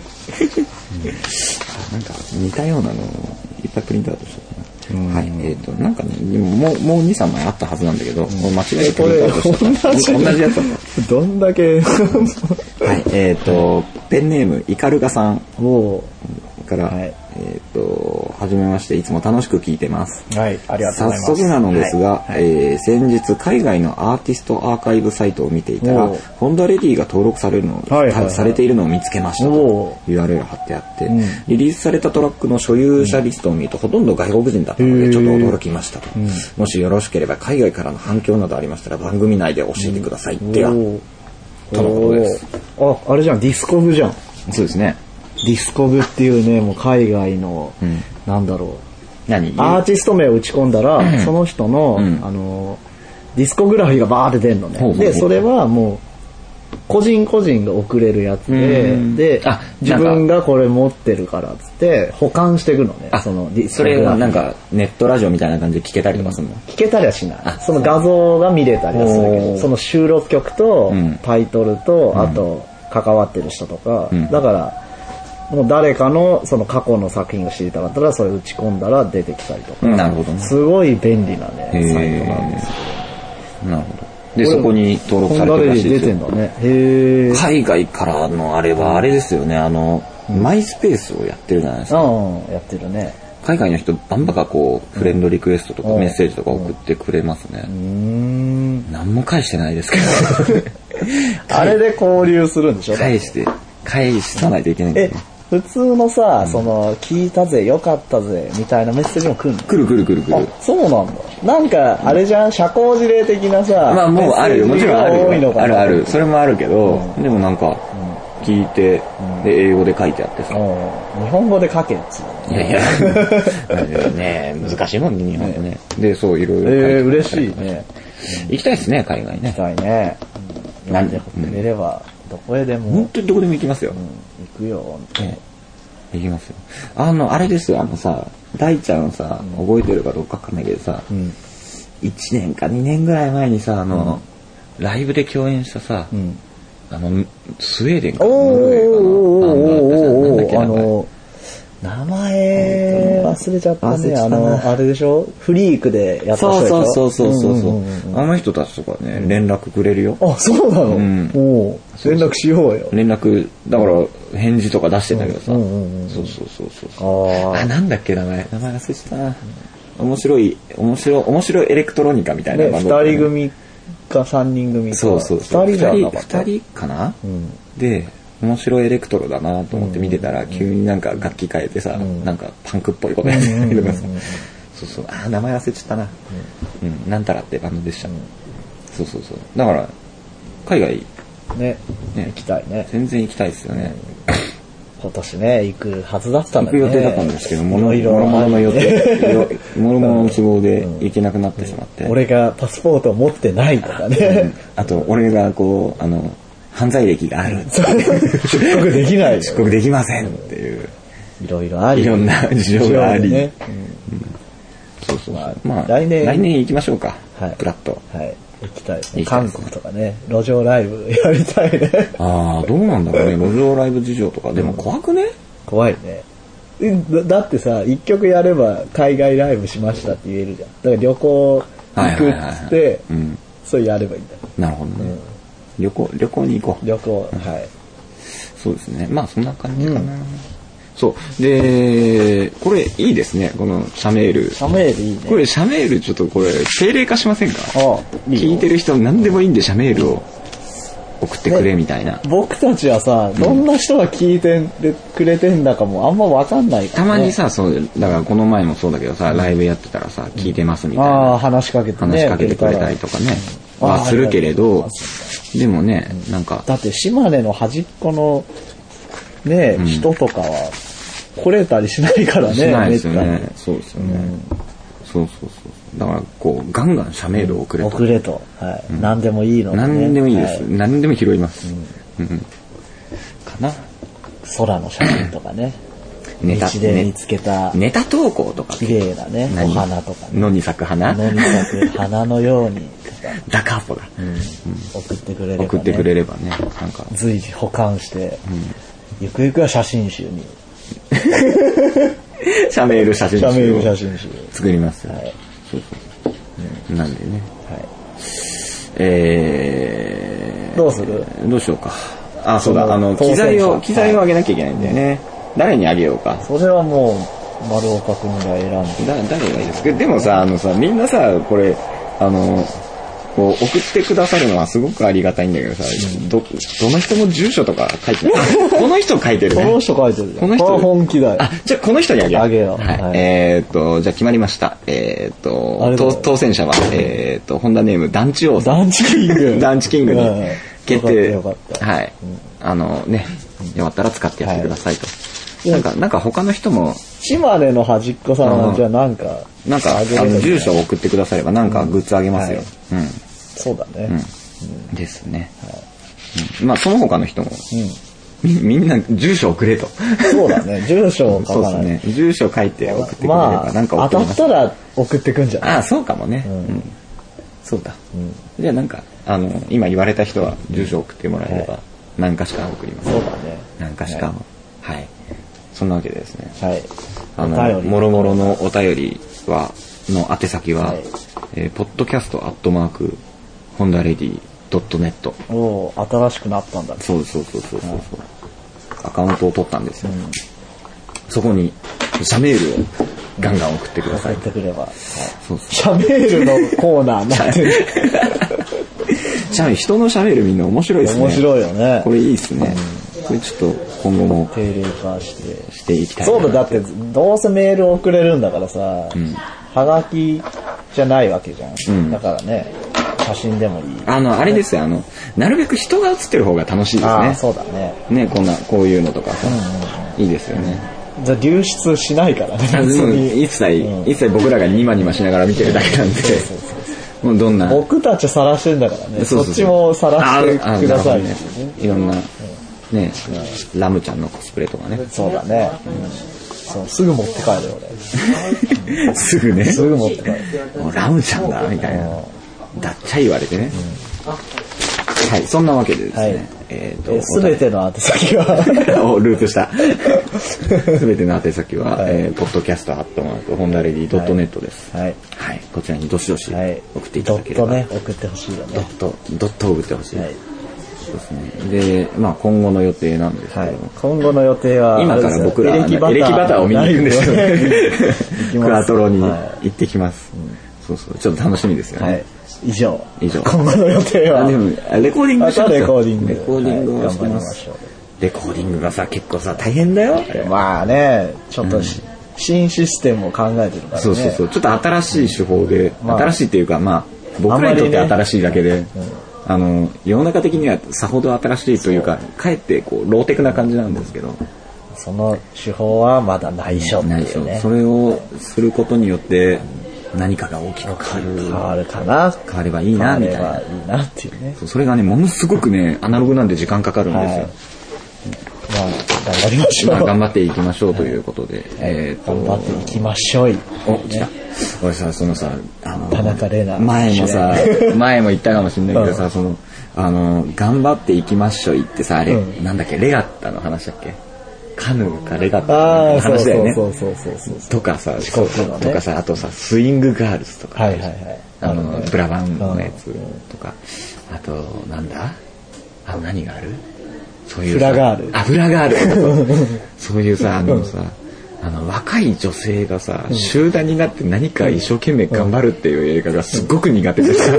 か似たようなのをいっぱいプリントアウトしちゃったな。うん、はい。えっ、ー、となんかねもうもうにさんまいあったはずなんだけど、うん、もう間違えてプリントアウトしちゃった。同じやつだった。
どんだけ。はい。
えっ、ー、とペンネームイカルガさんから。はい、えっ、ー、と初めましていつも楽しく聞いてます。
はい、ありがとうございます。
早速なのですが、はいはい、えー、先日海外のアーティストアーカイブサイトを見ていたらホンダレディが登録されるの、はいはいはい、されているのを見つけましたと ユーアールエル 貼ってあって、うん、リリースされたトラックの所有者リストを見るとほとんど外国人だったのでちょっと驚きましたと、うん、もしよろしければ海外からの反響などありましたら番組内で教えてください、うん、ではとのことです。
あ、あれじゃん、ディスコグじゃん。
そうですね。
ディスコグっていうね、もう海外の、うん、なんだろ
う、何
アーティスト名を打ち込んだら、うん、その人の、うん、あのディスコグラフィーがバーって出るのね。ほうほうほう。でそれはもう個人個人が送れるやつで、で自分がこれ持ってるからっつって保管していくのね。そのディスコグラフィー。
それがなんかネットラジオみたいな感じで聞けたりとかするの？うん、
聞けたりはしない。その画像が見れたりはするけど、その収録曲とタイトルと、うん、あと関わってる人とか、うん、だからもう誰かのその過去の作品を知りたかったらそれ打ち込んだら出てきたりとか、
なるほどね、
すごい便利なねサイトなんです
けど。なるほど。でそこに登録されてるらしいですよ。
出てんだね。へー。
海外からのあれはあれですよね、あの、うん、マイスペースをやってるじゃないですか。
うん、やってるね。
海外の人バンバカこうフレンドリクエストとかメッセージとか送ってくれますね。うん、何も返してないですけど。
あれで交流するんでしょ。
返して返さないといけないんですね。
普通のさ、うん、その聞いたぜよかったぜみたいなメッセージも来るの？
来る来る来る来る。
あ、そうなんだ。なんかあれじゃん、社交辞令的なさ、
まあもうあるよ、もちろんあるよ、あるある、それもあるけど、うん、でもなんか聞いて、うん、で英語で書いてあってさ、
うん、日本語で書けっつう
の。いやいやね難しいもんね日本語ね。ねでそういろいろ。
えー、嬉しいね。
行きたいですね海外ね。
行きたいね。うん、なんでくれれば、うん、どこへでも。
本当にどこでも行きますよ。うん、
行くよ。
ね行きますよ。あのあれですよ、あのさ大ちゃんさ、うん、覚えてるかどうかわかんないけどさ、うん、いちねんかにねんぐらい前にさあの、うん、ライブで共演したさ、うん、あのスウェーデンかノルウェーかな、あの
名前忘れちゃったね。あのあれでしょ、フリークでやった人でしょ。
そうそうそうそうそう、うんうんうん、あの人たちとかね連絡くれるよ。
あ、そうなの、うん、お連絡しようよ。
連絡だから返事とか出してんだけどさ、うんうんうん、そうそうそうそう。ああなんだっけ名前名前忘れちゃったな。面白い面白い面白いエレクトロニカみたいな、ね、
ふたり組かさんにん組か。
そうそうそう、
ふたりじゃなかった。
ふたりかな、うん、で面白いエレクトロだなと思って見てたら、うん、急になんか楽器変えてさ、うん、なんかパンクっぽいことやってたけどさ、そうそう、あ名前忘れちゃったな、うん、うん、なんたらってバンドでした、うん、そうそうそう。だから海外
ね、ね行きたいね。
全然行きたいですよね、
うん、今年ね行くはずだったんだね。
行く予定だったんですけど、もろもろの予定もろもろの都合で行けなくなってしまって、うん、
俺がパスポートを持ってないとかね、うん、
あと俺がこうあの犯罪歴がある
出国できない
出国できませんっていう、
いろいろあり、
いろんな事情があり、ね、うんうん、そうそう、まあ、まあ、来年来年行きましょうか、はい、プラッと、
はい、行きたいですね。韓国とかね路上ライブやりたいね。
ああどうなんだろうね路上ライブ事情とか。でも怖くね、
怖いね。だってさ一曲やれば海外ライブしましたって言えるじゃん。だから旅行行くっつってそれやればいいんだ。
なるほどね、うん、旅行旅行に行こう。
旅行、はい。
そうですね。まあそんな感じかな。うん、 そう。で、これいいですね。このシャメール。
シャメールいいね。
これシャメールちょっとこれ定例化しませんか？ああ、いい聞いてる人何でもいいんでシャメールを送ってくれみたいな。
僕たちはさ、どんな人が聞いてくれてんだかもあんま分かんないから、ね、
たまにさ、そうだからこの前もそうだけどさ、ライブやってたらさ、聞いてますみたいな。
ああ、話しかけてね。
話しかけてくれたりとかね。まあするけれど、でもね、なんか。
だって島根の端っこのね、うん、人とかは来れたりしないからね。
しないですよね。そうですよね。うん、そうそうそう。だからこうガンガンシャメールを送れと。
送れと。はい。うん、何でもいいので、ね。
何でもいいです。はい、何でも拾います。うんうん、かな。
空の写真とかね。ネタ道で見つけた
ネタ投稿とか
綺麗なねお花とかね。
野に咲く花。
野に咲く花のように。
ダカーポだ、
うんうん。送ってくれればね。
送ってくれればね。なんか
随時保管して。うん、ゆくゆくは写真集に。
シャメール写真集。
シャメール写真集。
作ります。はい。そうそう。うん、なんでね。はい。えー、
どうする？
どうしようか。あ、そうだ。あの機材を機材を上げなきゃいけないんだよね。はい、誰にあげようか。
それはもう丸岡くんが選んで。
だ誰がいいですか。でもさ、あのさ、みんなさ、これあの。こう送ってくださるのはすごくありがたいんだけどさ、うん、どどの人も住所とか書いてる。この人書いてるね。
この人書いてるじゃん。
この人
これ本気だよ。
あ、じゃあこの人にあげよう。
あげよう。
はいはい、えー、っとじゃあ決まりました。えー、っと当選者はえー、っとホンダネーム団地王さん。
団地キング。
団地キングに決定。
よかった。
はい。うん、あのね、よかったら使ってやってくださいと。はい、なんかなんか他の人も。
島根の端っこさんはじゃあなんか
なんかあの住所を送ってくださればなんかグッズあげますよ。うん。はい、
そうだね。
うん、ですね。はいうん、まあその他の人も、うん、み, みんな住所送れと。
そうだね。住所を書かない。
そうですね。住所書いて送ってくれればなんか
送ります。当たったら送ってくんじゃない？
ああそうかもね。うんうん、そうだ、うん。じゃあなんかあの今言われた人は住所送ってもらえれば何かしか送ります。
そうだね。
何かしかも、はい、はい。そんなわけでですね。
はい。
あのもろもろのお便りはの宛先は、はいえー、ポッドキャストアットマークホンダレディドットネット。
おお、新しくなったんだね。
そうそうそうそうそう、うん、アカウントを取ったんですよ。うん、そこにシャメールをガンガン送ってください。
送ってくれば。はい、
そうそう
シャメールのコーナーになってる。
シャメ人のシャメールみんな面白いですね。
面白いよね。
これいいですね。うん、これちょっと今後も
定例化して
していきたい。
そうだ、だってどうせメール送れるんだからさ、うん、はがきじゃないわけじゃん。うん、だからね。写真でもいい。
あの、あれですよ、あの、なるべく人が写ってる方が楽しいですね。
あ、そうだね。
ね、こんな、こういうのとかさ、うんうんうん、いいですよね。
じゃあ流出しないからね。
一切、うん、一切僕らがニマニマしながら見てるだけなんで、そうそうそうもうどんな。
僕たち晒してんだからね。そうそうそうそっちも晒してください、ね。
いろんな、ね、うん、ラムちゃんのコスプレとかね。
そうだね。うんそうすぐ持って帰るよ
俺。すぐね。
すぐ持って帰る。
ラムちゃんだみたいな。だっちゃ言われてね、うん、はいそんなわけでですね、はい、
えーとすべての宛先は
おループしたすべての宛先は、はいえー、ポッドキャストアットマークホンダレディドットネットです、はいはい、こちらにどしどし送っていただければ、
はい、ドットね送ってほしいよね
ドットドット送ってほしい、はいそうですね、で、まあ今後の予定なんですけど、はい、
今後の予定は
今から僕らエレキバターを見に行くんですよねクアトロに行ってきます、はいうん、そうそうちょっと楽しみですよね、はい以上。以上。今後の予定は。でもレコーディングします
レコーディング。
レコーディングをしてます。レコーディングがさ結構さ大変だよ。
まあね、ちょっと、うん、新システムを考えてるからね。
そうそうそう。ちょっと新しい手法で、うん、新しいっていうかまあ僕らにとって新しいだけで、ねうん、あの世の中的にはさほど新しいというか、かえってこうローテクな感じなんですけど。
その手法はまだ内緒っていうね。
それをすることによって。何かが大きく変わる
変わるかな
変わればいいなみたいな
変わればいいなっていうね
そ, それがねものすごくねアナログなんで時間かかるんですよ、はい、
まあ頑張りましょう、まあ、
頑張っていきましょうということで、はい
えー、と頑張っていきましょう
お来た、ね、俺さそのさあの
田中玲奈
前もさ前も言ったかもしれないけどさ、うん、そのあの頑張っていきましょうってさあれ、うん、なんだっけレガッタの話だっけカヌーかレガッタの話だよね。
そうそうそうそうそう
とかさ、
四国のね、
とかさ、あとさスイングガールズとか、
はいはいはい、
あの、ね、ブラバンのやつとか、あとなんだ、あ何がある？ そういう
フラガール。
あ、フラガール。そういうさ、あのさ、あの若い女性がさ、うん、集団になって何か一生懸命頑張るっていう映画がすっごく苦手でさ、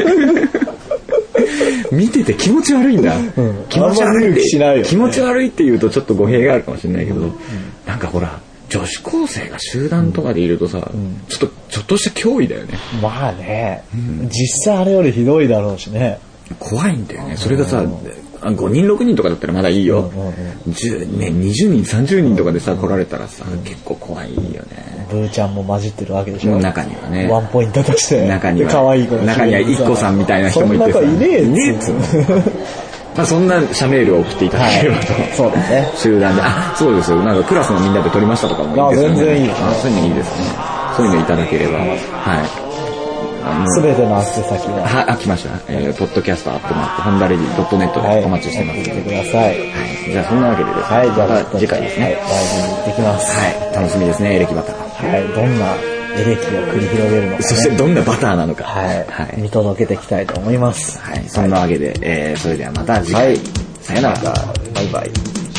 見てて気持ち悪いんだ、うん、気持ち悪いってしないよ、ね、気持ち悪いって言うとちょっと語弊があるかもしれないけど、うん、なんかほら女子高生が集団とかでいるとさ、うん、ちょっとちょっとした脅威だよね。ま
あね、うん、実際あれよりひどいだろうしね。
怖いんだよね。それがさ、ごにんろくにんとかだったらまだいいよ、うんうんうん、じゅうね、にじゅうにんさんじゅうにんとかでさ来られたらさ、うん、結構怖いよね。
ブーちゃんも混じってるわけでしょ。
中にはね
ワンポイントとして
中には
可愛い子
中には一個さんみたいな人もいてさ、
そんな子いねえっつ、ね、えっつ
まあそんなシャメールを送っていただければと、はい、
そうだね。
集団で、あ、そうですよ、なんかクラスのみんなで撮りましたとかもいいですよね。
全然いいですね。
そういうのいいですね。そういうのいただければ、はい。
すべての宛先は。
は、あ、来ました。えー、ポッドキャストアットマーク、ホンダレディドットネットでお待ちしてます。
はい、送ってください。はい。
じゃあ、そんなわけでですね。はい、じゃあ、また次回ですね。
はい、ライブに行ってきます。
はい、楽しみですね、エレキバター。
はい、どんなエレキを繰り広げるのか、ね。
そして、どんなバターなのか。
はい。はい、見届けていきたいと思います。
はい、そんなわけで、えー、それではまた次回。はい、さよなら。
バイバイ。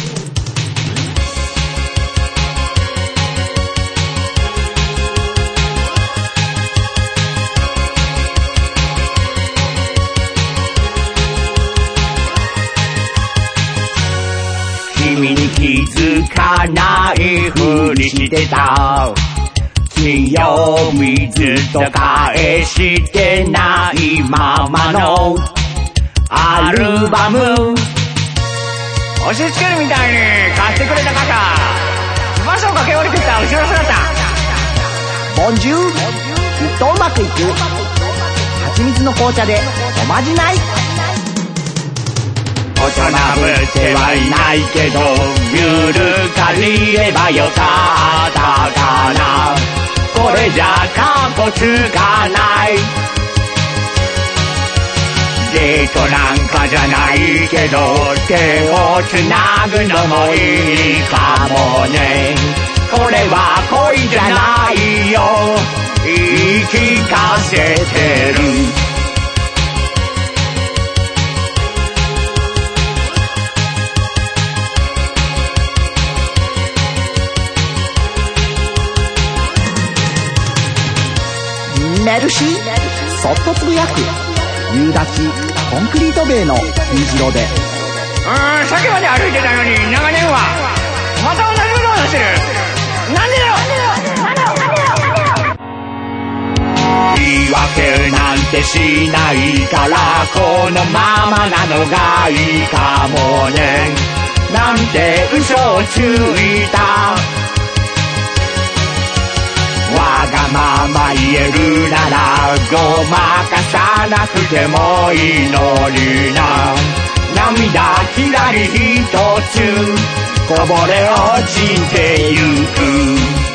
君に気づかないふりしてた。清水と返してないままのアルバム、押し付けるみたいに買ってくれた方、翼を駆け下りてきた後ろ姿、ボンジュール、きっとうまくいく。蜂蜜の紅茶でおまじない。大人ぶってはいないけど、ゆるかりればよかったかな。これじゃカッコつかない。デートなんかじゃないけど、手をつなぐのもいいかもね。これは恋じゃないよ、言い聞かせてる。メルシー、そっとつぶやく夕立コンクリート塀の虹色で、うーん、さっきまで歩いてたのに長年はまた同じことをしてる。なんでだよなんでだよなんでだよ。言い訳なんてしないから、このままなのがいいかもね。なんて嘘をついた。わがまま言えるならごまかさなくてもいいのにな。涙きらりひとつこぼれ落ちてゆく。